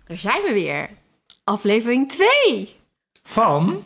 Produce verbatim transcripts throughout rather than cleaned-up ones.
Daar zijn we weer. Aflevering twee. Van...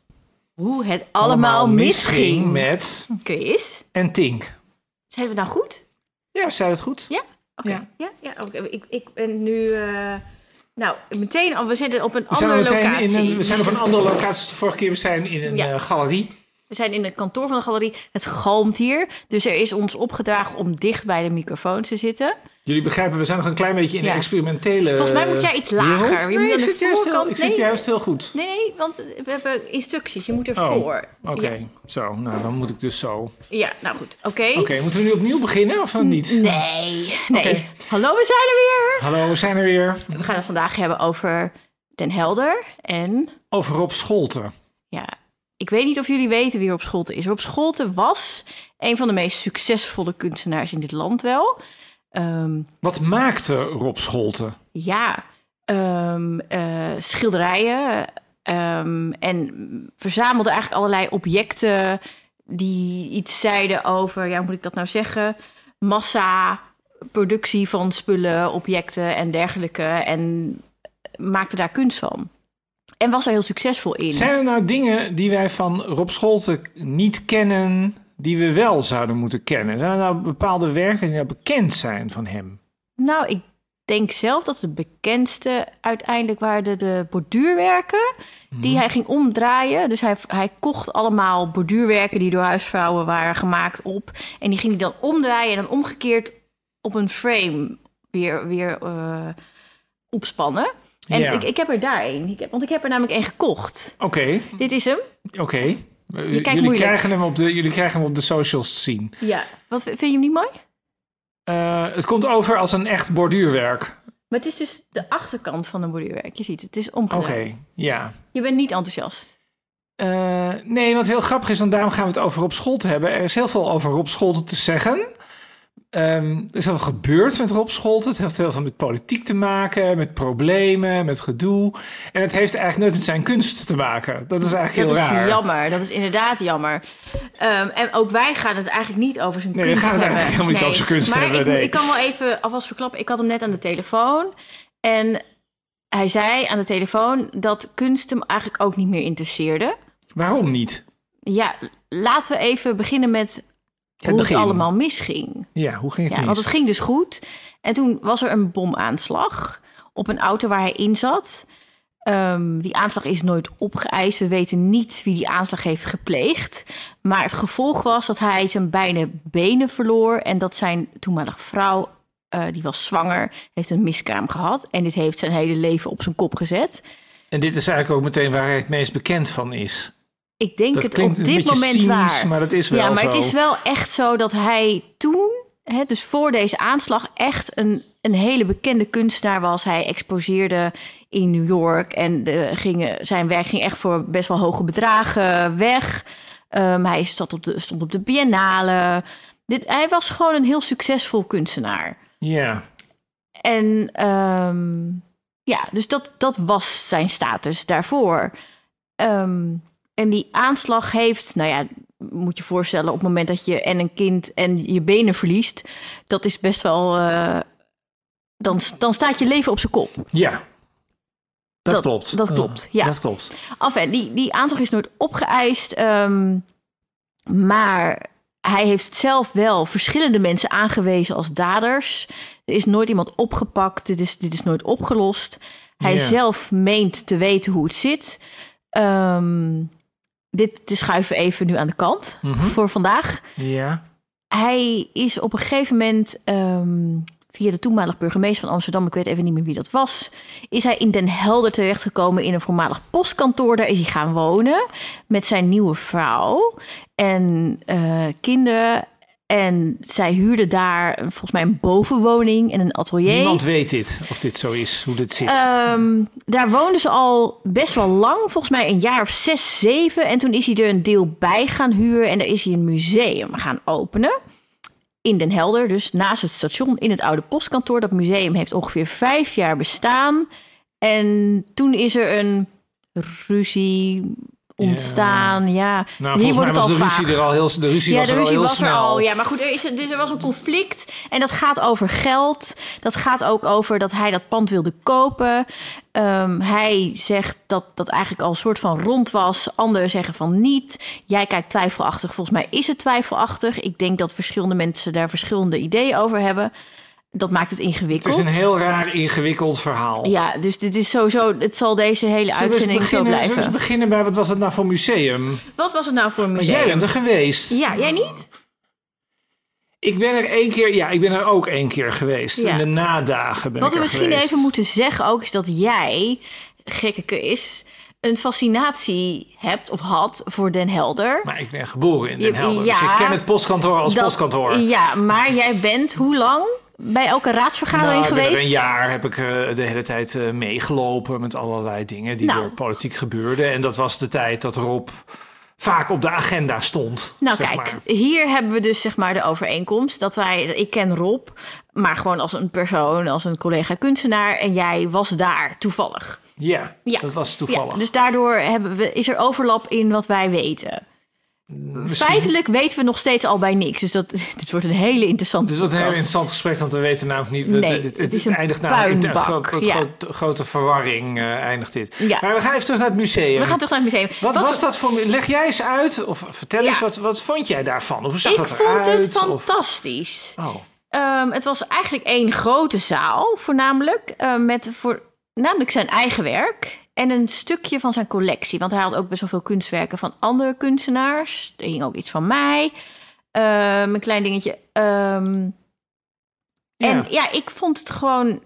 Hoe het allemaal, allemaal misging. misging met... Chris. En Tink. Zijn we nou goed? Ja, zei het goed? Ja? Oké. Okay. Ja. Ja, ja, okay. ik, ik ben nu... Uh... Nou, meteen al, we zitten op een we andere zijn locatie. In een, we zijn op een andere locatie. De vorige keer we zijn in een ja. uh, galerie. We zijn in het kantoor van de galerie. Het galmt hier. Dus er is ons opgedragen om dicht bij de microfoon te zitten. Jullie begrijpen, we zijn nog een klein beetje in ja. de experimentele... Volgens mij moet jij iets lager. Je nee, moet ik, zit juist heel, ik zit juist heel goed. Nee, nee, want we hebben instructies. Je moet ervoor. Oh, oké. Okay. Ja. Zo, nou dan moet ik dus zo. Ja, nou goed. Oké. Okay. Oké, okay, moeten we nu opnieuw beginnen of niet? Nee, nee. Okay. Hallo, we zijn er weer. Hallo, we zijn er weer. We gaan het vandaag hebben over Den Helder en... Over Rob Scholten. Ja, ik weet niet of jullie weten wie Rob Scholten is. Rob Scholten was een van de meest succesvolle kunstenaars in dit land wel... Um, Wat maakte Rob Scholten? Ja, um, uh, schilderijen um, en verzamelde eigenlijk allerlei objecten die iets zeiden over, ja, hoe moet ik dat nou zeggen, massa, productie van spullen, objecten en dergelijke en maakte daar kunst van. En was er heel succesvol in. Zijn er nou dingen die wij van Rob Scholten niet kennen... die we wel zouden moeten kennen? Zijn er nou bepaalde werken die nou bekend zijn van hem? Nou, ik denk zelf dat de bekendste uiteindelijk waren de, de borduurwerken... Hmm. die hij ging omdraaien. Dus hij, hij kocht allemaal borduurwerken die door huisvrouwen waren gemaakt op. En die ging hij dan omdraaien en dan omgekeerd op een frame weer, weer uh, opspannen. En ja. ik, ik heb er daar één. Ik heb, want ik heb er namelijk één gekocht. Oké. Okay. Dit is hem. Oké. Okay. Jullie krijgen, hem op de, jullie krijgen hem op de socials te zien. Ja. Wat, vind je hem niet mooi? Uh, het komt over als een echt borduurwerk. Maar het is dus de achterkant van een borduurwerk. Je ziet het, het is omgedaan. Oké, okay, ja. Je bent niet enthousiast? Uh, nee, wat heel grappig is, en daarom gaan we het over Rob Scholten hebben. Er is heel veel over Rob Scholten te zeggen. Um, er is heel veel gebeurd met Rob Scholten. Het heeft heel veel met politiek te maken, met problemen, met gedoe. En het heeft eigenlijk nooit met zijn kunst te maken. Dat is eigenlijk dat heel raar. Dat is jammer, dat is inderdaad jammer. Um, en ook wij gaan het eigenlijk niet over zijn nee, kunst hebben. Nee, we gaan het eigenlijk helemaal niet nee. over zijn kunst maar hebben. Ik, nee. ik kan wel even alvast verklappen, ik had hem net aan de telefoon. En hij zei aan de telefoon dat kunst hem eigenlijk ook niet meer interesseerde. Waarom niet? Ja, laten we even beginnen met... Het hoe begin. het allemaal misging. Ja, hoe ging het ja, mis? Want het ging dus goed. En toen was er een bomaanslag op een auto waar hij in zat. Um, die aanslag is nooit opgeëist. We weten niet wie die aanslag heeft gepleegd. Maar het gevolg was dat hij zijn beide benen verloor... en dat zijn toenmalige vrouw, uh, die was zwanger, heeft een miskraam gehad. En dit heeft zijn hele leven op zijn kop gezet. En dit is eigenlijk ook meteen waar hij het meest bekend van is... Ik denk dat het op dit moment cynisch, waar. Maar dat is wel ja, maar zo. het is wel echt zo dat hij toen, hè, dus voor deze aanslag, echt een, een hele bekende kunstenaar was. Hij exposeerde in New York en de, gingen, zijn werk ging echt voor best wel hoge bedragen weg. Um, hij zat op de, stond op de biennale. Dit, hij was gewoon een heel succesvol kunstenaar. Ja. En um, ja, dus dat, dat was zijn status daarvoor. Um, En die aanslag heeft, nou ja, moet je voorstellen... op het moment dat je en een kind en je benen verliest... dat is best wel... Uh, dan, dan staat je leven op zijn kop. Ja, dat, dat klopt. Dat klopt, ja. Dat klopt. Enfin, die, die aanslag is nooit opgeëist. Um, maar hij heeft zelf wel verschillende mensen aangewezen als daders. Er is nooit iemand opgepakt. Dit is, dit is nooit opgelost. Hij yeah. zelf meent te weten hoe het zit... Um, dit, dit schuiven we even nu aan de kant mm-hmm. voor vandaag. Ja. Hij is op een gegeven moment um, via de toenmalig burgemeester van Amsterdam... ik weet even niet meer wie dat was... is hij in Den Helder terechtgekomen in een voormalig postkantoor. Daar is hij gaan wonen met zijn nieuwe vrouw en uh, kinderen... En zij huurde daar volgens mij een bovenwoning en een atelier. Niemand weet dit, of dit zo is, hoe dit zit. Um, daar woonden ze al best wel lang, volgens mij een jaar of zes, zeven. En toen is hij er een deel bij gaan huren en daar is hij een museum gaan openen. In Den Helder, dus naast het station in het oude postkantoor. Dat museum heeft ongeveer vijf jaar bestaan. En toen is er een ruzie ontstaan. Ja, ja. Nou, hier volgens wordt mij het was al de ruzie vaag. er al heel, de ruzie Ja, was de er al ruzie heel was snel. er al. Ja, maar goed, er, is, dus er was een conflict. En dat gaat over geld. Dat gaat ook over dat hij dat pand wilde kopen. Um, hij zegt dat dat eigenlijk al een soort van rond was. Anderen zeggen van niet. Jij kijkt twijfelachtig. Volgens mij is het twijfelachtig. Ik denk dat verschillende mensen daar verschillende ideeën over hebben. Dat maakt het ingewikkeld. Het is een heel raar ingewikkeld verhaal. Ja, dus dit is sowieso. Het zal deze hele Zullen uitzending zo blijven. Zullen we eens beginnen bij wat was het nou voor museum? Wat was het nou voor een Want museum? jij bent er geweest. Ja, jij niet? Ik ben er één keer, ja, ik ben er ook één keer geweest. Ja. In de nadagen ben Wat ik we er misschien geweest. even moeten zeggen ook is dat jij, gekkeke is, een fascinatie hebt of had voor Den Helder. Maar ik ben geboren in Den Je- Helder, ja, dus ik ken het postkantoor als Dat- postkantoor. Ja, maar jij bent hoe lang bij elke raadsvergadering Nou, ik ben er geweest? een jaar heb ik uh, de hele tijd uh, meegelopen met allerlei dingen die Nou. door politiek gebeurden. En dat was de tijd dat Rob vaak op de agenda stond. Nou zeg kijk, maar. hier hebben we dus zeg maar de overeenkomst dat wij, ik ken Rob, maar gewoon als een persoon, als een collega kunstenaar en jij was daar toevallig. Ja, Ja. dat was toevallig. Ja, dus daardoor hebben we, is er overlap in wat wij weten. Misschien- Feitelijk weten we nog steeds al bij niks. Dus dat, dit wordt een hele interessante Dit wordt een heel podcast. interessant gesprek, want we weten namelijk niet... Nee, het, het, het is een eindigt namelijk in een puinbak, gro- gro- ja. gro- grote verwarring uh, eindigt dit. Ja. Maar we gaan even terug naar het museum. We gaan terug naar het museum. Wat was dat voor... Leg jij eens uit, of vertel Ja. eens, wat, wat vond jij daarvan? Of hoe zag Ik dat vond eruit? het Of- fantastisch. Oh. Ehm, het was eigenlijk één grote zaal, voornamelijk. eh, met voornamelijk zijn eigen werk. En een stukje van zijn collectie. Want hij had ook best wel veel kunstwerken van andere kunstenaars. Er hing ook iets van mij. Ehm, een klein dingetje. Ehm, Ja. En ja, ik vond het gewoon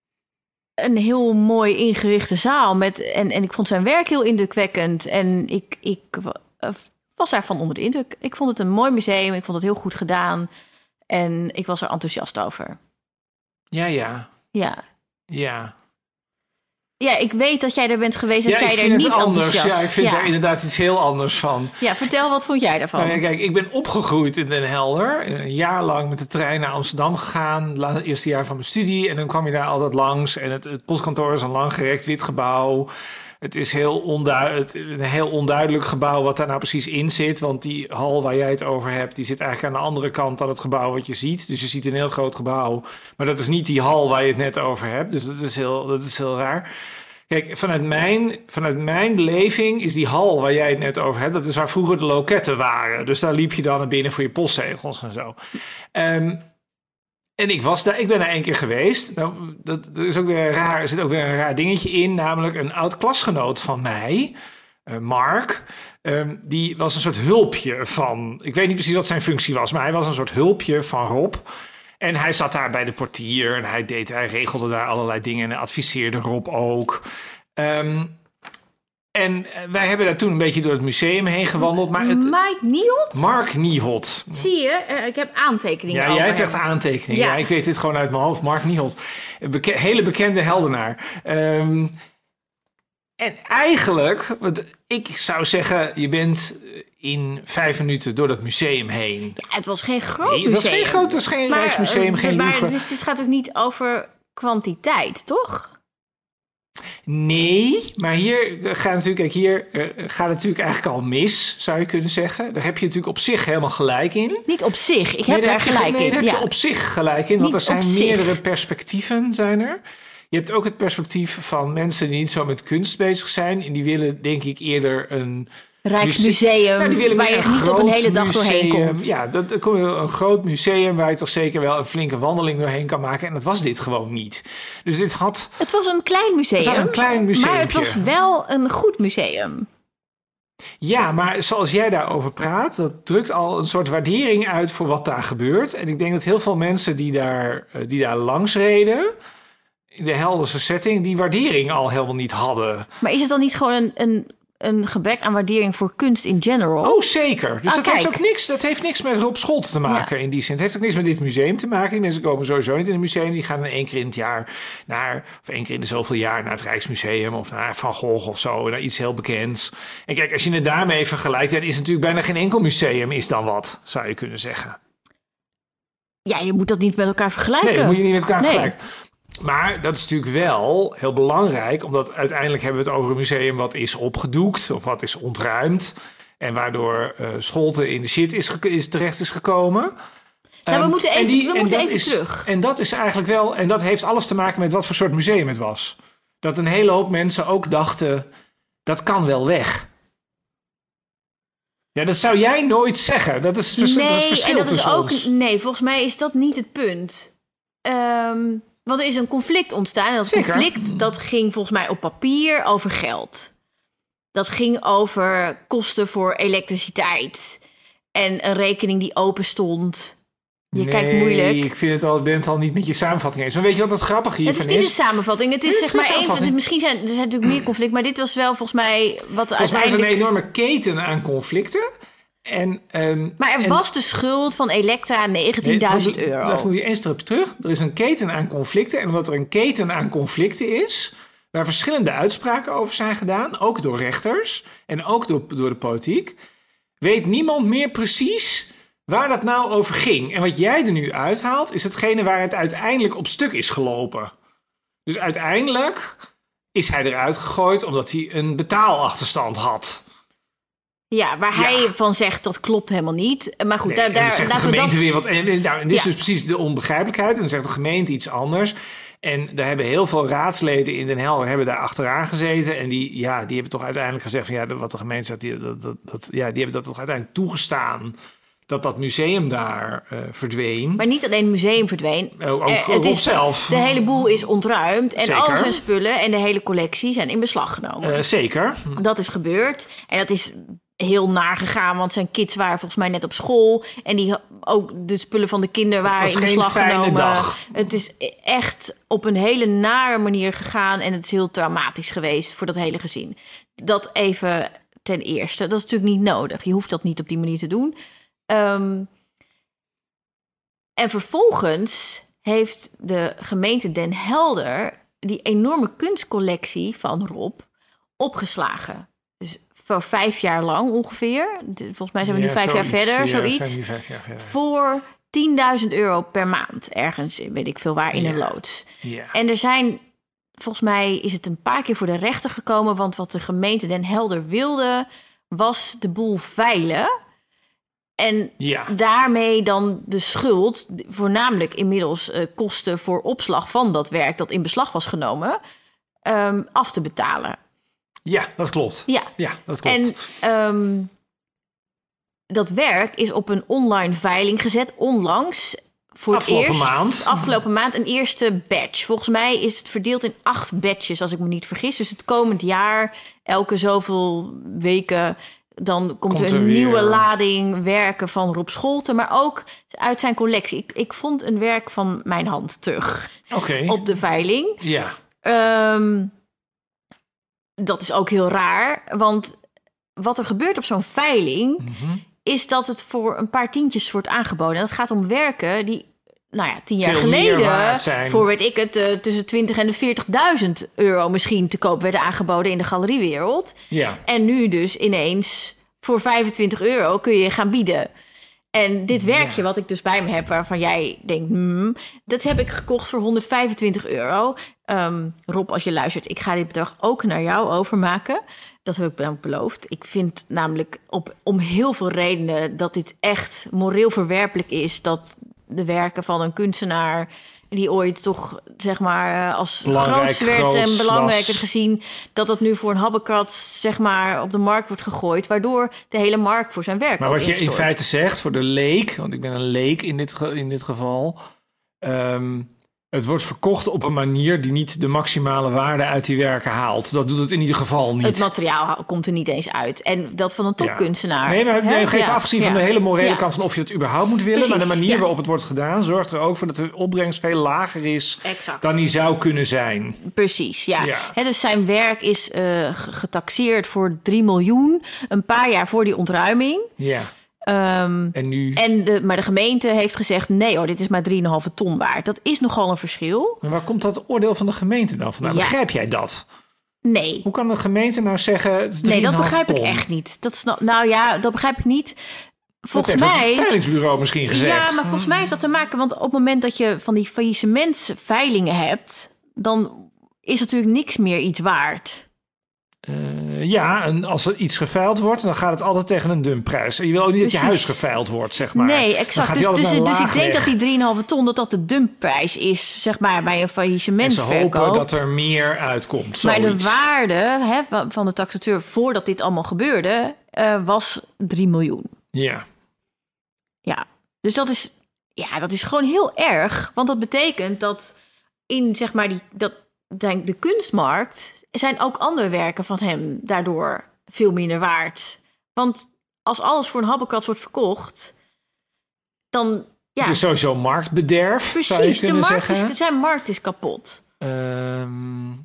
een heel mooi ingerichte zaal. Met, en, en ik vond zijn werk heel indrukwekkend. En ik, ik uh, was daarvan onder de indruk. Ik vond het een mooi museum. Ik vond het heel goed gedaan. En ik was er enthousiast over. Ja, ja. Ja. Ja. Ja, ik weet dat jij er bent geweest en Ja, dat ik jij er vind niet het anders. enthousiast. Ja, ik vind ja. daar inderdaad iets heel anders van. Ja, vertel, wat vond jij daarvan? Nou ja, kijk, ik ben opgegroeid in Den Helder. Een jaar lang met de trein naar Amsterdam gegaan. Het eerste jaar van mijn studie. En dan kwam je daar altijd langs. En het, het postkantoor is een langgerekt wit gebouw. Het is heel onduidelijk, een heel onduidelijk gebouw wat daar nou precies in zit. Want die hal waar jij het over hebt, die zit eigenlijk aan de andere kant dan het gebouw wat je ziet. Dus je ziet een heel groot gebouw. Maar dat is niet die hal waar je het net over hebt. Dus dat is heel, dat is heel raar. Kijk, vanuit mijn, vanuit mijn beleving is die hal waar jij het net over hebt, dat is waar vroeger de loketten waren. Dus daar liep je dan naar binnen voor je postzegels en zo. Um, en ik was daar, ik ben daar één keer geweest. Nou, dat, dat is ook weer raar, er zit ook weer een raar dingetje in, namelijk een oud klasgenoot van mij, uh, Mark. Um, die was een soort hulpje van, ik weet niet precies wat zijn functie was, maar hij was een soort hulpje van Rob. En hij zat daar bij de portier en hij, deed, hij regelde daar allerlei dingen en adviseerde Rob ook. Um, en wij hebben daar toen een beetje door het museum heen gewandeld. Maar het, Mike Niehot? Mark Niehot. Zie je, uh, ik heb aantekeningen Ja, over jij hebt hem. echt aantekeningen. Ja. Ja. ja, ik weet dit gewoon uit mijn hoofd. Mark Niehot. Een beke- hele bekende Heldenaar. Um, en eigenlijk, want ik zou zeggen, je bent in vijf minuten door dat museum heen. Ja, het was geen groot Nee, het was museum. geen groot, het was geen Maar, Rijksmuseum, uh, geen maar Louvre. het, is, het gaat ook niet over kwantiteit, toch? Nee, maar hier gaat natuurlijk, kijk, hier uh, gaat het natuurlijk eigenlijk al mis, zou je kunnen zeggen. Daar heb je natuurlijk op zich helemaal gelijk in. Niet op zich, ik Nee, heb daar heb je, gelijk nee, in. daar heb ja. je op zich gelijk in, want Niet er zijn op zich. meerdere perspectieven, zijn er. Je hebt ook het perspectief van mensen die niet zo met kunst bezig zijn. En die willen, denk ik, eerder een Rijksmuseum, nou, die willen waar meer je niet op een hele dag doorheen museum. komt. Ja, dat, dan kom je een groot museum waar je toch zeker wel een flinke wandeling doorheen kan maken. En dat was dit gewoon niet. Dus dit had... Het was een klein museum, Het was een klein museumpje. maar het was wel een goed museum. Ja, maar zoals jij daarover praat, dat drukt al een soort waardering uit voor wat daar gebeurt. En ik denk dat heel veel mensen die daar, die daar langs reden, in de Helderse setting, die waardering al helemaal niet hadden. Maar is het dan niet gewoon een, een, een gebrek aan waardering voor kunst in general? Oh, zeker. Dus Ah, dat, kijk. heeft ook niks, dat heeft niks met Rob Scholz te maken Ja. in die zin. Het heeft ook niks met dit museum te maken. Die mensen komen sowieso niet in het museum. Die gaan dan één keer in het jaar naar, of één keer in de zoveel jaar naar het Rijksmuseum of naar Van Gogh of zo. Naar iets heel bekends. En kijk, als je het daarmee vergelijkt, dan is natuurlijk bijna geen enkel museum is dan wat, zou je kunnen zeggen. Ja, je moet dat niet met elkaar vergelijken. Nee, dat moet je niet met elkaar Nee. vergelijken. Maar dat is natuurlijk wel heel belangrijk, omdat uiteindelijk hebben we het over een museum wat is opgedoekt of wat is ontruimd. En waardoor uh, Scholten in de shit is, ge- is terecht is gekomen. Nou, we Um, moeten en even, die- we en moeten dat even is- terug. En dat is eigenlijk wel, en dat heeft alles te maken met wat voor soort museum het was. Dat een hele hoop mensen ook dachten, dat kan wel weg. Ja, dat zou jij nooit zeggen. Dat is het vers- dat is het Nee, verschil en dat is tussen ook. ons. Nee, volgens mij is dat niet het punt. Ehm, want er is een conflict ontstaan. En dat Zeker. conflict dat ging volgens mij op papier over geld. Dat ging over kosten voor elektriciteit. En een rekening die open stond. Je nee, kijkt moeilijk. ik vind het al, ben het al niet met je samenvatting eens. Maar weet je wat het grappige Het hiervan is niet is? een samenvatting. Het is Dit is zeg maar geen één van. samenvatting. Misschien zijn er zijn natuurlijk meer conflicten, maar dit was wel volgens mij wat Volgens mij is er een uiteindelijk. enorme keten aan conflicten. En, um, Maar er en, was de schuld van Elektra negentienduizend Nee, euro. Dat moet je één stap terug. Er is een keten aan conflicten. En omdat er een keten aan conflicten is, waar verschillende uitspraken over zijn gedaan, ook door rechters en ook door, door de politiek, weet niemand meer precies waar dat nou over ging. En wat jij er nu uithaalt, is hetgene waar het uiteindelijk op stuk is gelopen. Dus uiteindelijk is hij eruit gegooid omdat hij een betaalachterstand had. Ja, waar hij Ja. van zegt dat klopt helemaal niet. Maar goed, Nee, daar, en dan daar zegt de laten we gemeente dat. weer wat. En, en, nou, en dit is Ja. dus precies de onbegrijpelijkheid. En dan zegt de gemeente iets anders. En daar hebben heel veel raadsleden in Den Helder hebben daar achteraan gezeten. En die, ja, die hebben toch uiteindelijk gezegd van ja, wat de gemeente zegt, die, dat, dat, dat, ja, die hebben dat toch uiteindelijk toegestaan dat dat museum daar uh, verdween. Maar niet alleen het museum verdween. Uh, ook Eh, Rob is, zelf. De hele boel is ontruimd. En Zeker. al zijn spullen en de hele collectie zijn in beslag genomen. Uh, zeker. Dat is gebeurd. En dat is heel naar gegaan, want zijn kids waren volgens mij net op school. En die ook de spullen van de kinderen waren was in geen beslag fijne genomen. dag. Het is echt op een hele nare manier gegaan. En het is heel traumatisch geweest voor dat hele gezin. Dat even ten eerste. Dat is natuurlijk niet nodig. Je hoeft dat niet op die manier te doen. Um, en vervolgens heeft de gemeente Den Helder die enorme kunstcollectie van Rob opgeslagen. Dus voor vijf jaar lang ongeveer. Volgens mij zijn we Ja, nu vijf zoiets. jaar verder, Ja, zoiets. zijn nu vijf jaar verder. Voor tienduizend euro per maand. Ergens, weet ik veel waar, in Ja. een loods. Ja. En er zijn, volgens mij is het een paar keer voor de rechter gekomen. Want wat de gemeente Den Helder wilde, was de boel veilen. En Ja. daarmee dan de schuld, voornamelijk inmiddels uh, kosten voor opslag van dat werk dat in beslag was genomen, um, af te betalen. Ja, dat klopt. Ja, Ja, dat klopt. en um, dat werk is op een online veiling gezet onlangs. Voor afgelopen het eerst, maand. Afgelopen maand een eerste batch. Volgens mij is het verdeeld in acht batches, als ik me niet vergis. Dus het komend jaar, elke zoveel weken, dan komt, Komt er er een weer. nieuwe lading werken van Rob Scholten. Maar ook uit zijn collectie. Ik, ik vond een werk van mijn hand terug Oké. op de veiling. Ja. Um, dat is ook heel raar, want wat er gebeurt op zo'n veiling, Mm-hmm. is dat het voor een paar tientjes wordt aangeboden. En dat gaat om werken die, nou ja, tien jaar Veel meer waard geleden, zijn. voor weet ik het, uh, tussen twintig en de veertigduizend euro misschien te koop werden aangeboden in de galeriewereld. Ja. En nu dus ineens voor vijfentwintig euro kun je gaan bieden. En dit werkje Ja. wat ik dus bij me heb, waarvan jij denkt, hmm, dat heb ik gekocht voor honderdvijfentwintig euro. Um, Rob, als je luistert, ik ga dit bedrag ook naar jou overmaken. Dat heb ik dan beloofd. Ik vind namelijk op, om heel veel redenen dat dit echt moreel verwerpelijk is, dat de werken van een kunstenaar die ooit toch, zeg maar, als Belangrijk, groots werd groots en belangrijk was. werd gezien, dat dat nu voor een habbekrats, zeg maar, op de markt wordt gegooid, waardoor de hele markt voor zijn werk Maar ook wat je in instort. feite zegt, voor de leek, want ik ben een leek in dit, ge- in dit geval, um, het wordt verkocht op een manier die niet de maximale waarde uit die werken haalt. Dat doet het in ieder geval niet. Het materiaal komt er niet eens uit. En dat van een topkunstenaar. Nee, maar hè? nee, geef Ja, afgezien van ja. de hele morele Ja. kant van of je het überhaupt moet willen. Precies, maar de manier ja. waarop het wordt gedaan zorgt er ook voor dat de opbrengst veel lager is Exact. dan die zou kunnen zijn. Precies, ja. Ja. Hè, dus zijn werk is uh, getaxeerd voor drie miljoen. Een paar jaar voor die ontruiming. Ja. Um, En nu... en de, maar de gemeente heeft gezegd, nee hoor, dit is maar drie komma vijf ton waard. Dat is nogal een verschil. En waar komt dat oordeel van de gemeente dan vandaan? Ja. Begrijp jij dat? Nee. Hoe kan de gemeente nou zeggen... Het is Nee, dat drieënhalf begrijp ik ton? echt niet. Dat snap, nou ja, dat begrijp ik niet. volgens dat mij... heeft het veilingsbureau misschien gezegd. Ja, maar volgens mij heeft dat te maken... want op het moment dat je van die faillissementsveilingen hebt... dan is natuurlijk niks meer iets waard. Uh, ja, en als er iets geveild wordt, dan gaat het altijd tegen een dumpprijs. Je wil ook niet Precies. dat je huis geveild wordt, zeg maar. Nee, exact. Dus, dus, dus ik denk weg. dat die drie komma vijf ton, dat dat de dumpprijs is, zeg maar, bij een faillissementverkoop. En ze hopen dat er meer uitkomt. Maar zoiets. de waarde hè, van de taxateur voordat dit allemaal gebeurde, uh, was drie miljoen. Ja. Ja, dus dat is, ja, dat is gewoon heel erg. Want dat betekent dat in, zeg maar, die, dat, de kunstmarkt zijn ook andere werken van hem daardoor veel minder waard. Want als alles voor een habbekat wordt verkocht, dan... Ja, het is sowieso marktbederf, precies, zou je kunnen de markt zeggen. Is, zijn markt is kapot. Um,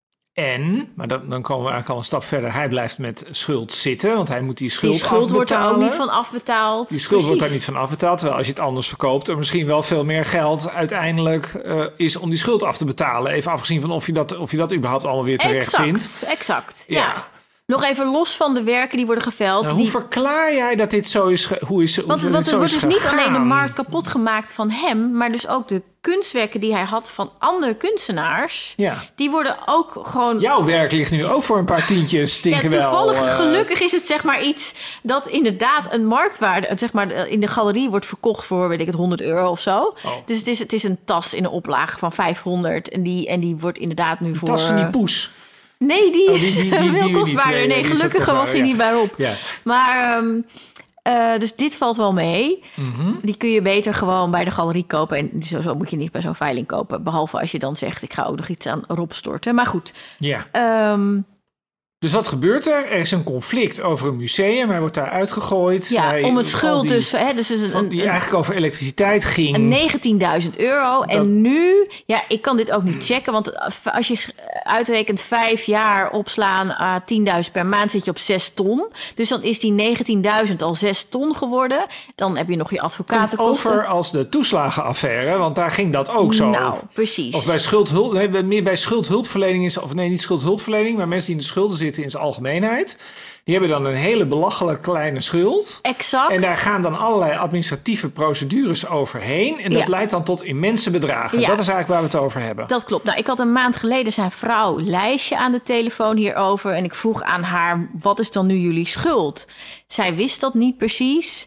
en, maar dat, dan komen we eigenlijk al een stap verder. Hij blijft met schuld zitten, want hij moet die schuld afbetalen. Die schuld wordt er ook niet van afbetaald. Die schuld precies. wordt daar niet van afbetaald, terwijl als je het anders verkoopt, er misschien wel veel meer geld uiteindelijk uh, is om die schuld af te betalen. Even afgezien van of je dat, of je dat überhaupt allemaal weer terecht exact, vindt. Exact, ja. ja. Nog even los van de werken die worden geveld. Nou, die... Hoe verklaar jij dat dit zo is? Ge- hoe is Want, hoe want er wordt dus gegaan? niet alleen de markt kapot gemaakt van hem, maar dus ook de kunstwerken die hij had van andere kunstenaars. Ja. Die worden ook gewoon... Jouw werk ligt nu ook voor een paar tientjes, stinken ja, toevallig, wel. Uh... gelukkig is het zeg maar iets dat inderdaad een marktwaarde, zeg maar in de galerie wordt verkocht voor, weet ik het, honderd euro of zo. Oh. Dus het is, het is een tas in een oplage van vijfhonderd en die, en die wordt inderdaad nu voor... Tas van die poes. Nee, die oh, is die, die, die, veel die, kostbaarder. die, Nee, die gelukkig was hij ja. niet bij Rob. Ja. Maar, um, uh, dus dit valt wel mee. Mm-hmm. Die kun je beter gewoon bij de galerie kopen. En zo, zo moet je niet bij zo'n veiling kopen. Behalve als je dan zegt, ik ga ook nog iets aan Rob storten. Maar goed. Ja. Um, Dus wat gebeurt er? Er is een conflict over een museum. Hij wordt daar uitgegooid. Ja, hij, om een schuld die, dus. Hè, dus een, van, die een, eigenlijk over elektriciteit ging. Een negentienduizend euro. Dat... En nu, ja, ik kan dit ook niet checken. Want als je uitrekent vijf jaar opslaan uh, tienduizend per maand, zit je op zes ton. Dus dan is die negentienduizend al zes ton geworden. Dan heb je nog je advocatenkosten. Over als de toeslagenaffaire, want daar ging dat ook zo. Nou, precies. Of bij schuldhulp, nee, meer bij schuldhulpverlening is, of nee, niet schuldhulpverlening, maar mensen die in de schulden zitten in zijn algemeenheid. Die hebben dan een hele belachelijk kleine schuld. Exact. En daar gaan dan allerlei administratieve procedures overheen. En dat ja. leidt dan tot immense bedragen. Ja. Dat is eigenlijk waar we het over hebben. Dat klopt. Nou, ik had een maand geleden zijn vrouw Lijsje aan de telefoon hierover. En ik vroeg aan haar, wat is dan nu jullie schuld? Zij wist dat niet precies.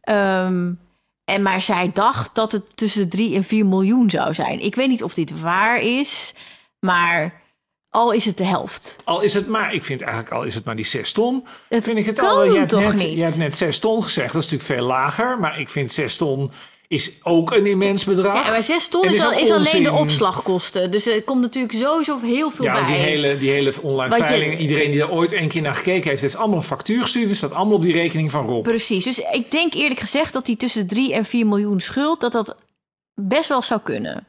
Um, en maar zij dacht dat het tussen drie en vier miljoen zou zijn. Ik weet niet of dit waar is, maar... Al is het de helft. Al is het maar, ik vind eigenlijk al is het maar die zes ton. Het vind ik het kan al. Je hebt, toch net, niet? je hebt net zes ton gezegd, dat is natuurlijk veel lager. Maar ik vind zes ton is ook een immens bedrag. Ja, maar zes ton is, is, al, is alleen de onzin. opslagkosten. Dus er komt natuurlijk sowieso heel veel ja, bij. Ja, die hele, die hele online Wat veiling. Je, iedereen die er ooit een keer naar gekeken heeft, heeft allemaal een factuur gestuurd. Dus staat allemaal op die rekening van Rob. Precies. Dus ik denk eerlijk gezegd dat die tussen drie en vier miljoen schuld, dat dat best wel zou kunnen.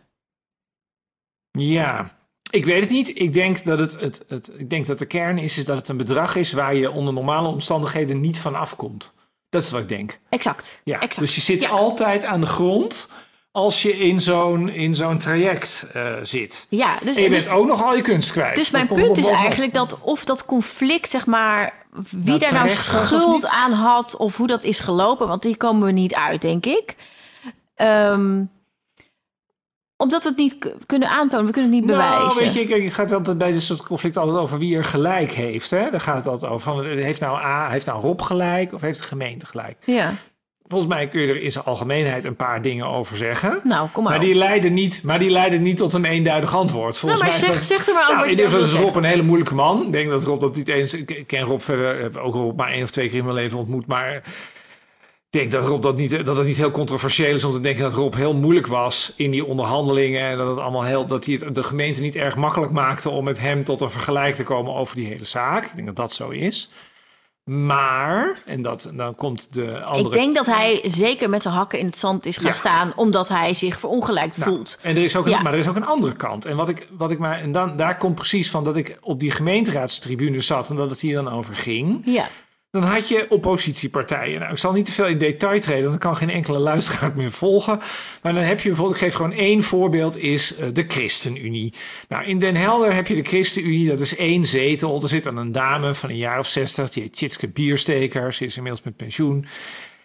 Ja. Ik weet het niet. Ik denk dat, het, het, het, ik denk dat de kern is, is dat het een bedrag is waar je onder normale omstandigheden niet van afkomt. Dat is wat ik denk. Exact. Ja, exact. Dus je zit ja. altijd aan de grond als je in zo'n, in zo'n traject uh, zit. Ja, dus, en je bent dus, ook nog al je kunst kwijt. Dus mijn punt is eigenlijk dat of dat conflict, zeg maar, wie nou, daar nou schuld aan had of hoe dat is gelopen, want die komen we niet uit, denk ik. Um, Omdat we het niet k- kunnen aantonen, we kunnen het niet bewijzen. Nou, weet je, kijk, het gaat altijd bij dit soort conflicten altijd over wie er gelijk heeft. Hè? Daar gaat het altijd over. Van, heeft nou A, heeft nou Rob gelijk of heeft de gemeente gelijk? Ja. Volgens mij kun je er in zijn algemeenheid een paar dingen over zeggen. Nou, kom maar. Maar die leiden niet, maar die leiden niet tot een eenduidig antwoord. Volgens nou, maar mij zeg, is dat, zeg er maar over. nou, wat je dat is Rob zeggen. een hele moeilijke man. Ik denk dat Rob dat niet eens... Ik ken Rob verder, heb ook Rob maar één of twee keer in mijn leven ontmoet, maar... Ik denk dat Rob dat niet, dat het niet heel controversieel is om te denken dat Rob heel moeilijk was in die onderhandelingen. En dat het allemaal heel, dat hij het de gemeente niet erg makkelijk maakte om met hem tot een vergelijk te komen over die hele zaak. Ik denk dat dat zo is. Maar, en dat, dan komt de andere... Ik denk dat hij zeker met zijn hakken in het zand is gaan Ja. staan, omdat hij zich verongelijkt nou, voelt. En er is ook een, Ja. Maar er is ook een andere kant. En wat ik, wat ik maar, en dan, daar komt precies van dat ik op die gemeenteraadstribune zat en dat het hier dan over ging. Ja. Dan had je oppositiepartijen. Nou, ik zal niet te veel in detail treden, want dan kan geen enkele luisteraar meer volgen. Maar dan heb je bijvoorbeeld, ik geef gewoon één voorbeeld, is uh, de ChristenUnie. Nou, in Den Helder heb je de ChristenUnie, dat is één zetel. Er zit dan een dame van een jaar of zestig, die heet Tjitske Biersteker. Ze is inmiddels met pensioen.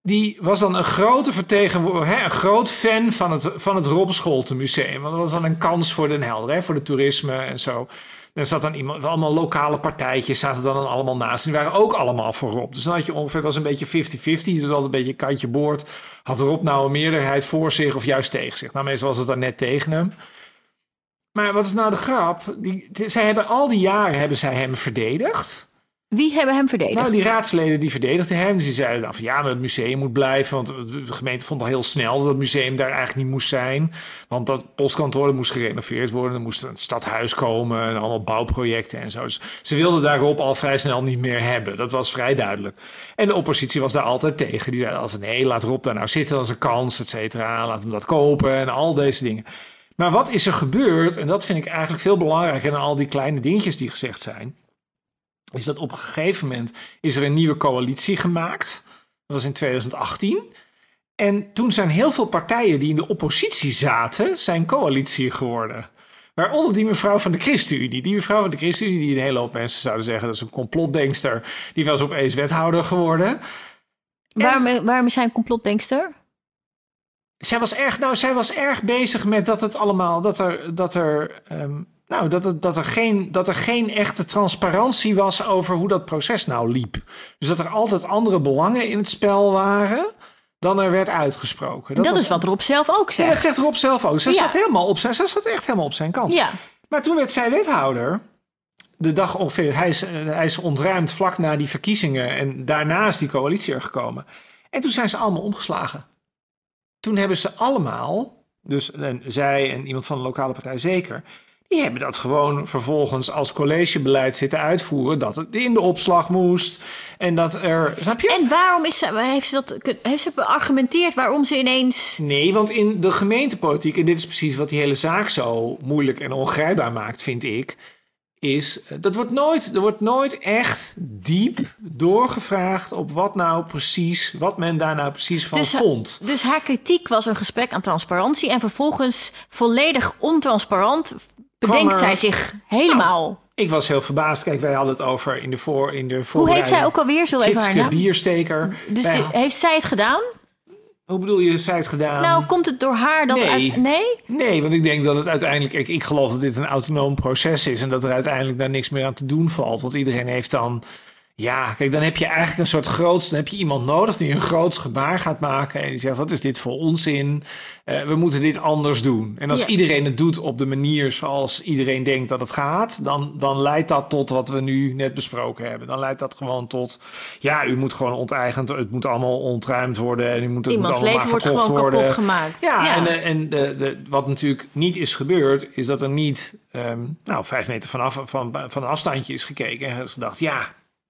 die was dan een grote vertegenwoordiger, een groot fan van het, van het Rob Scholten Museum. Want dat was dan een kans voor Den Helder, hè, voor de toerisme en zo. Er zat dan iemand, allemaal lokale partijtjes zaten dan, dan allemaal naast. En die waren ook allemaal voor Rob. Dus dan had je ongeveer, het was een beetje vijftig vijftig. Dus altijd een beetje kantje boord. Had Rob nou een meerderheid voor zich of juist tegen zich? Nou, meestal was het dan net tegen hem. Maar wat is nou de grap? Die, die, zij hebben al die jaren hebben zij hem verdedigd. Wie hebben hem verdedigd? Nou, die raadsleden die verdedigden hem. Dus die zeiden dan van ja, maar het museum moet blijven. Want de gemeente vond al heel snel dat het museum daar eigenlijk niet moest zijn. Want dat postkantoor dat moest gerenoveerd worden. Er moest een stadhuis komen en allemaal bouwprojecten en zo. Dus ze wilden daarop al vrij snel niet meer hebben. Dat was vrij duidelijk. En de oppositie was daar altijd tegen. Die zeiden altijd nee, laat Rob daar nou zitten als een kans, et cetera. Laat hem dat kopen en al deze dingen. Maar wat is er gebeurd? En dat vind ik eigenlijk veel belangrijker dan al die kleine dingetjes die gezegd zijn. Is dat op een gegeven moment is er een nieuwe coalitie gemaakt. Dat was in twintig achttien. En toen zijn heel veel partijen die in de oppositie zaten, zijn coalitie geworden. Waaronder die mevrouw van de ChristenUnie. Die mevrouw van de ChristenUnie, die een hele hoop mensen zouden zeggen, dat is een complotdenkster. Die was opeens wethouder geworden. Waarom, en, waarom is zij een complotdenkster? Zij was erg, nou, zij was erg bezig met dat het allemaal, dat er, dat er, um, nou, dat, het, dat, er geen, dat er geen echte transparantie was over hoe dat proces nou liep. Dus dat er altijd andere belangen in het spel waren dan er werd uitgesproken. Dat, dat was, is wat Rob zelf ook zegt. Ja, dat zegt Rob zelf ook. Ze ja. zat helemaal op zijn, ze zat echt helemaal op zijn kant. Ja. Maar toen werd zij wethouder. De dag ongeveer, hij is, hij is ontruimd vlak na die verkiezingen en daarna is die coalitie er gekomen. En toen zijn ze allemaal omgeslagen. Toen hebben ze allemaal, dus en zij en iemand van de lokale partij zeker, die hebben dat gewoon vervolgens als collegebeleid zitten uitvoeren, dat het in de opslag moest en dat er, snap je? En waarom is ze, heeft ze dat, heeft ze beargumenteerd waarom ze ineens... Nee, want in de gemeentepolitiek, en dit is precies wat die hele zaak zo moeilijk en ongrijpbaar maakt, vind ik, is, dat wordt nooit, er wordt nooit echt diep doorgevraagd op wat nou precies, wat men daar nou precies van dus, vond. Dus haar kritiek was een gesprek aan transparantie en vervolgens volledig ontransparant bedenkt er, zij zich helemaal. Nou, ik was heel verbaasd. Kijk, wij hadden het over in de voor in de Hoe heet zij ook alweer? Zo even haar naam? Biersteker. Dus wij, die, heeft zij het gedaan? Hoe bedoel je, zij het gedaan? Nou, komt het door haar dat nee. uit... Nee? Nee, want ik denk dat het uiteindelijk... Ik, ik geloof dat dit een autonoom proces is en dat er uiteindelijk daar niks meer aan te doen valt. Want iedereen heeft dan... Ja, kijk, dan heb je eigenlijk een soort groots... Dan heb je iemand nodig die een groots gebaar gaat maken en die zegt, wat is dit voor onzin? Uh, we moeten dit anders doen. En als ja. iedereen het doet op de manier zoals iedereen denkt dat het gaat, dan, dan leidt dat tot wat we nu net besproken hebben. Dan leidt dat gewoon tot, ja, u moet gewoon onteigend, het moet allemaal ontruimd worden en u moet het Iemands moet allemaal leven wordt gewoon worden. kapot gemaakt. Ja, ja. en, en de, de, wat natuurlijk niet is gebeurd, is dat er niet, um, nou, vijf meter vanaf, van, van een afstandje is gekeken en gedacht, ja,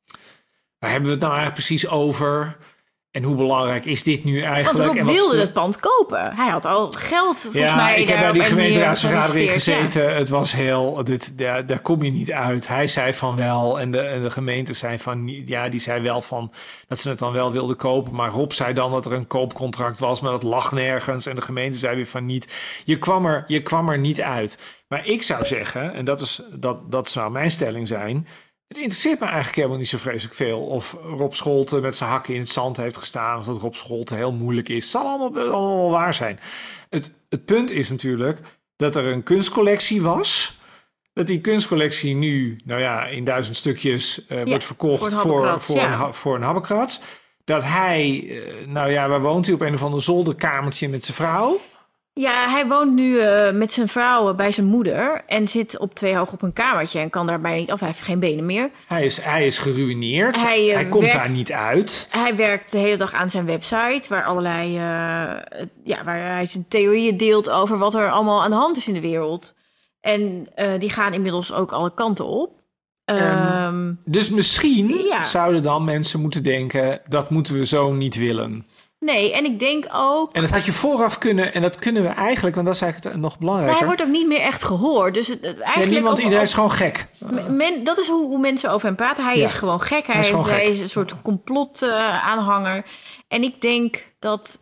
waar hebben we het nou eigenlijk precies over? En hoe belangrijk is dit nu eigenlijk? Want Rob en wilde de... het pand kopen. Hij had al geld, volgens ja, mij. Ik heb bij die gemeenteraadsvergadering gezeten. Ja. Het was heel... Dit, daar, daar kom je niet uit. Hij zei van wel. En de, en de gemeente zei van... Ja, die zei wel van... Dat ze het dan wel wilden kopen. Maar Rob zei dan dat er een koopcontract was. Maar dat lag nergens. En de gemeente zei weer van niet. Je kwam er, je kwam er niet uit. Maar ik zou zeggen... En dat, is, dat, dat zou mijn stelling zijn... Het interesseert me eigenlijk helemaal niet zo vreselijk veel of Rob Scholten met zijn hakken in het zand heeft gestaan of dat Rob Scholten heel moeilijk is. Het zal allemaal, allemaal wel waar zijn. Het, het punt is natuurlijk dat er een kunstcollectie was. Dat die kunstcollectie nu, nou ja, in duizend stukjes uh, ja, wordt verkocht voor, voor, voor, ja. een, voor een habbekrats. Dat hij, uh, nou ja, waar woont hij? Op een of ander zolderkamertje met zijn vrouw. Ja, hij woont nu uh, met zijn vrouw bij zijn moeder en zit op twee hoog op een kamertje en kan daarbij niet af. Hij heeft geen benen meer. Hij is, hij is geruïneerd. Hij, uh, hij komt werkt, daar niet uit. Hij werkt de hele dag aan zijn website waar allerlei, uh, ja, waar hij zijn theorieën deelt over wat er allemaal aan de hand is in de wereld. En uh, die gaan inmiddels ook alle kanten op. Um, um, dus misschien ja. zouden dan mensen moeten denken, dat moeten we zo niet willen. Nee, en ik denk ook... En dat had je vooraf kunnen, en dat kunnen we eigenlijk, want dat is eigenlijk nog belangrijker. Maar hij wordt ook niet meer echt gehoord. Dus het, eigenlijk ja, niemand, ook, iedereen is gewoon gek. Men, dat is hoe, hoe mensen over hem praten. Hij ja. is gewoon gek. Hij, hij, is, gewoon hij gek. is een soort complot-aanhanger. Uh, en ik denk dat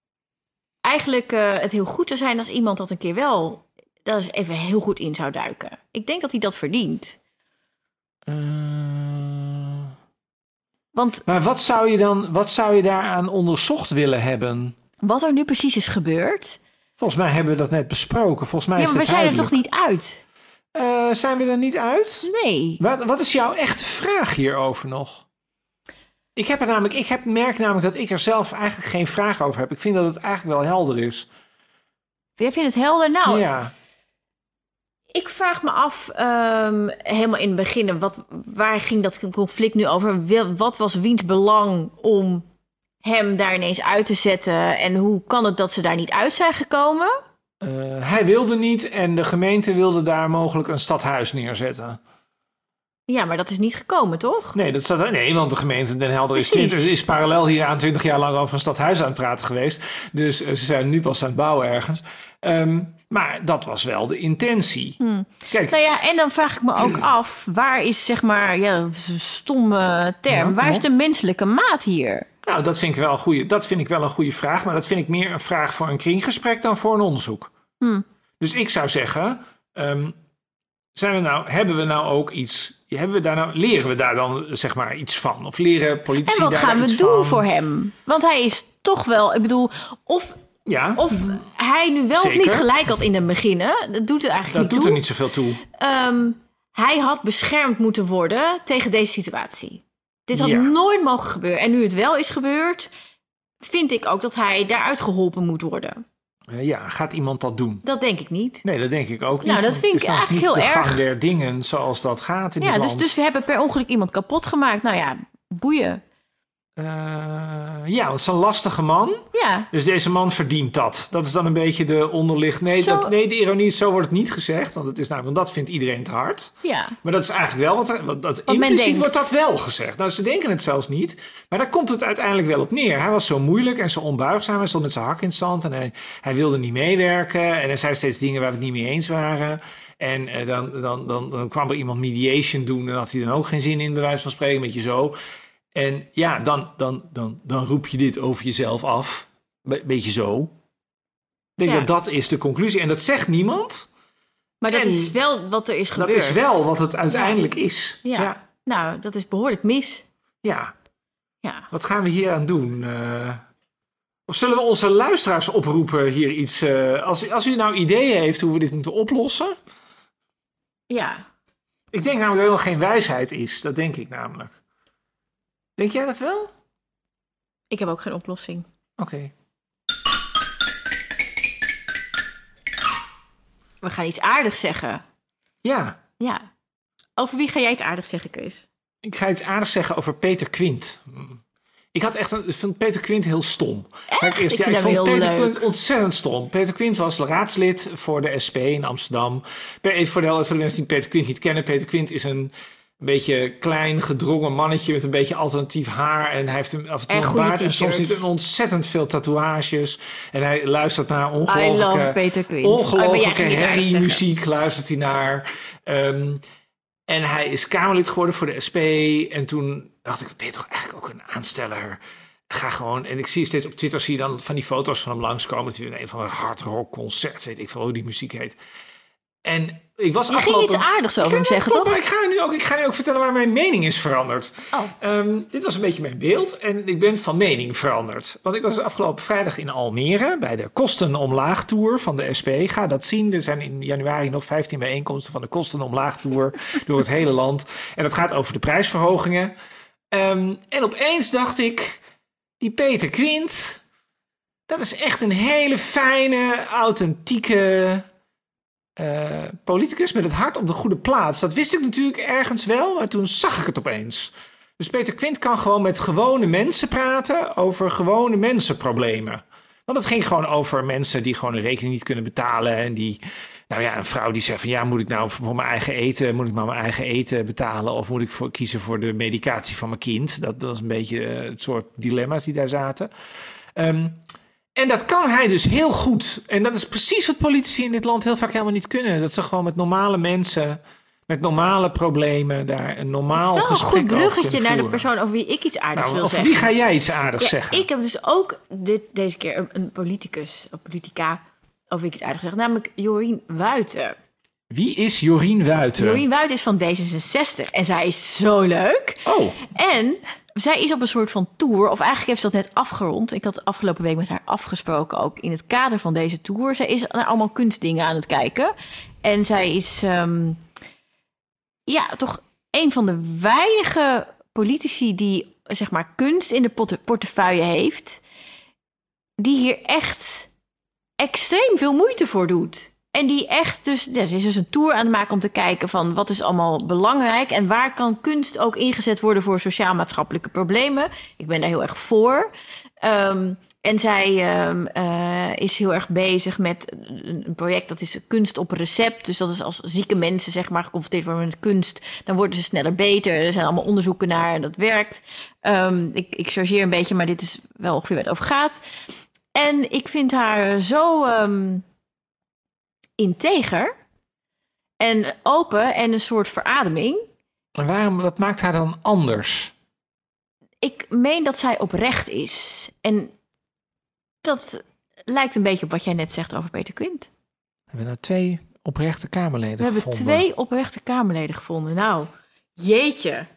eigenlijk uh, het heel goed zou zijn als iemand dat een keer wel... dat is even heel goed in zou duiken. Ik denk dat hij dat verdient. Uh... Want Maar wat zou je dan, wat zou je daaraan onderzocht willen hebben? wat er nu precies is gebeurd... Volgens mij hebben we dat net besproken. Volgens mij Ja, is maar we het zijn er duidelijk. toch niet uit? Uh, zijn we er niet uit? Nee. Wat, wat is jouw echte vraag hierover nog? Ik heb er namelijk, ik heb, merk namelijk dat ik er zelf eigenlijk geen vraag over heb. Ik vind dat het eigenlijk wel helder is. Jij vindt het helder? Nou, Ja. ik vraag me af, um, helemaal in het begin, wat, waar ging dat conflict nu over? Wil- Wat was wiens belang om hem daar ineens uit te zetten? En hoe kan het dat ze daar niet uit zijn gekomen? Uh, hij wilde niet en de gemeente wilde daar mogelijk een stadhuis neerzetten. Ja, maar dat is niet gekomen, toch? Nee, dat staat, nee, want de gemeente Den Helder is, Precies. twintig, is parallel hieraan twintig jaar lang over een stadhuis aan het praten geweest. Dus uh, ze zijn nu pas aan het bouwen ergens. Um, maar dat was wel de intentie. Hmm. Kijk, Nou ja, en dan vraag ik me ook af, waar is, zeg maar, ja, dat is een stomme term, Ja, waar is kom de menselijke maat hier? nou, dat vind ik wel een goede, dat vind ik wel een goede vraag. Maar dat vind ik meer een vraag voor een kringgesprek dan voor een onderzoek. Hmm. Dus ik zou zeggen, um, zijn we nou, hebben we nou ook iets... Hebben we daar nou, leren we daar dan zeg maar iets van? Of leren politici En wat daar gaan we iets doen van? voor hem? Want hij is toch wel, ik bedoel, of, Ja, of hij nu wel Zeker. of niet gelijk had in het begin, hè? Dat doet er eigenlijk dat niet doet toe. er niet zoveel toe. Um, hij had beschermd moeten worden tegen deze situatie. Dit had Ja. nooit mogen gebeuren. En nu het wel is gebeurd, vind ik ook dat hij daaruit geholpen moet worden. Uh, ja, gaat iemand dat doen? Dat denk ik niet. Nee, dat denk ik ook niet. Nou, dat want vind het ik is nog eigenlijk niet heel de erg. gang der dingen zoals dat gaat in Ja, dit dus, land. dus we hebben per ongeluk iemand kapot gemaakt. Nou ja, boeien. Uh, ja, want het is een lastige man. Ja, Dus deze man verdient dat. Dat is dan een beetje de onderlicht. Nee, Zo- dat, nee de ironie is, zo wordt het niet gezegd. Want, het is namelijk, want dat vindt iedereen te hard. ja. Maar dat is eigenlijk wel wat... er- wat dat, men impliciet denkt. wordt dat wel gezegd. Nou, ze denken het zelfs niet. Maar daar komt het uiteindelijk wel op neer. Hij was zo moeilijk en zo onbuigzaam. Hij stond met zijn hak in het zand en hij, hij wilde niet meewerken. En hij zei steeds dingen waar we het niet mee eens waren. En uh, dan, dan, dan, dan kwam er iemand mediation doen. En had hij dan ook geen zin in, bij wijze van spreken, met je zo. En ja, dan, dan, dan, dan roep je dit over jezelf af. Be- beetje zo. Ik denk Ja. dat dat is de conclusie. En dat zegt niemand. Maar dat En is wel wat er is Dat gebeurd. is wel wat het uiteindelijk is. Ja. Ja. Nou, dat is behoorlijk mis. ja. Ja. Wat gaan we hier aan doen? Uh, of zullen we onze luisteraars oproepen hier iets... Uh, als, als u nou ideeën heeft hoe we dit moeten oplossen... Ja. Ik denk namelijk dat er nog geen wijsheid is. Dat denk ik namelijk. Denk jij dat wel? Oké. Ik heb ook geen oplossing. Okay. We gaan iets aardigs zeggen. Ja. Ja. Over wie ga jij iets aardigs zeggen, Kees? Ik ga iets aardigs zeggen over Peter Quint. Ik had echt een, ik vond Peter Quint heel stom. Echt? Eerst, Ik ja, vind ik hem vond heel Peter leuk. Quint ontzettend stom. Peter Quint was raadslid voor de S P in Amsterdam. Per- Even voor de, voor de mensen die Peter Quint niet kennen. Peter Quint is een beetje klein, gedrongen mannetje met een beetje alternatief haar. En hij heeft een, af en toe En een goede baard en soms t-shirts. niet, en ontzettend veel tatoeages. En hij luistert naar I love ongelooflijke, Peter Quint. Oh, maar jij ongelooflijke ging iets aardigs zeggen. herrie-muziek luistert hij naar. Um, en hij is Kamerlid geworden voor de S P. En toen dacht ik, ben je toch eigenlijk ook een aansteller? Ga gewoon, en ik zie steeds op Twitter, zie je dan van die foto's van hem langskomen. Dat hij in een van een hard rock concert, weet ik veel hoe die muziek heet. En ik was Je ging iets aardigs over hem zeggen, klopt, toch? maar ik ga, nu ook, ik ga nu ook vertellen waar mijn mening is veranderd. Oh. Um, dit was een beetje mijn beeld en ik ben van mening veranderd. Want ik was afgelopen vrijdag in Almere bij de Kosten Omlaag Tour van de S P. Ga dat zien. Er zijn in januari nog vijftien bijeenkomsten van de Kosten Omlaag Tour door het hele land. En dat gaat over de prijsverhogingen. Um, en opeens dacht ik, die Peter Quint, dat is echt een hele fijne, authentieke uh, politicus met het hart op de goede plaats. Dat wist ik natuurlijk ergens wel, maar toen zag ik het opeens. Dus Peter Quint kan gewoon met gewone mensen praten over gewone mensenproblemen. Want het ging gewoon over mensen die gewoon een rekening niet kunnen betalen. En die, nou ja, een vrouw die zegt van ja, moet ik nou voor mijn eigen eten, moet ik maar mijn eigen eten betalen? Of moet ik voor, kiezen voor de medicatie van mijn kind? Dat, dat was een beetje uh, het soort dilemma's die daar zaten. Um, en dat kan hij dus heel goed. En dat is precies wat politici in dit land heel vaak helemaal niet kunnen. Dat ze gewoon met normale mensen, met normale problemen, daar een normaal Het is wel gesprek een goed over bruggetje kunnen naar de voeren. persoon over wie ik iets aardigs Nou, wil over zeggen. wie ga jij iets aardigs Ja, zeggen? ik heb dus ook dit, deze keer een, een politicus, een politica, over wie ik iets aardigs zeg. Namelijk Jorien Wuiten. Wie is Jorien Wuiten? Jorien Wuiten is van D zesenzestig en zij is zo leuk. Oh, En zij is op een soort van tour, of eigenlijk heeft ze dat net afgerond. Ik had afgelopen week met haar afgesproken, ook in het kader van deze tour. Zij is naar allemaal kunstdingen aan het kijken. En zij is um, ja, toch een van de weinige politici die, zeg maar, kunst in de port- portefeuille heeft, die hier echt extreem veel moeite voor doet. En die echt dus, ja, ze is dus een tour aan het maken om te kijken van wat is allemaal belangrijk en waar kan kunst ook ingezet worden voor sociaal-maatschappelijke problemen. Ik ben daar heel erg voor. Um, en zij um, uh, is heel erg bezig met een project dat is kunst op recept. Dus dat is als zieke mensen, zeg maar, geconfronteerd worden met kunst, dan worden ze sneller beter. Er zijn allemaal onderzoeken naar en dat werkt. Um, ik, ik chargeer een beetje, maar dit is wel ongeveer waar het over gaat. En ik vind haar zo um, integer en open en een soort verademing. En waarom, dat maakt haar dan anders? Ik meen dat zij oprecht is. En dat lijkt een beetje op wat jij net zegt over Peter Quint. We hebben nou twee oprechte Kamerleden We gevonden. hebben twee oprechte Kamerleden gevonden. Nou, jeetje.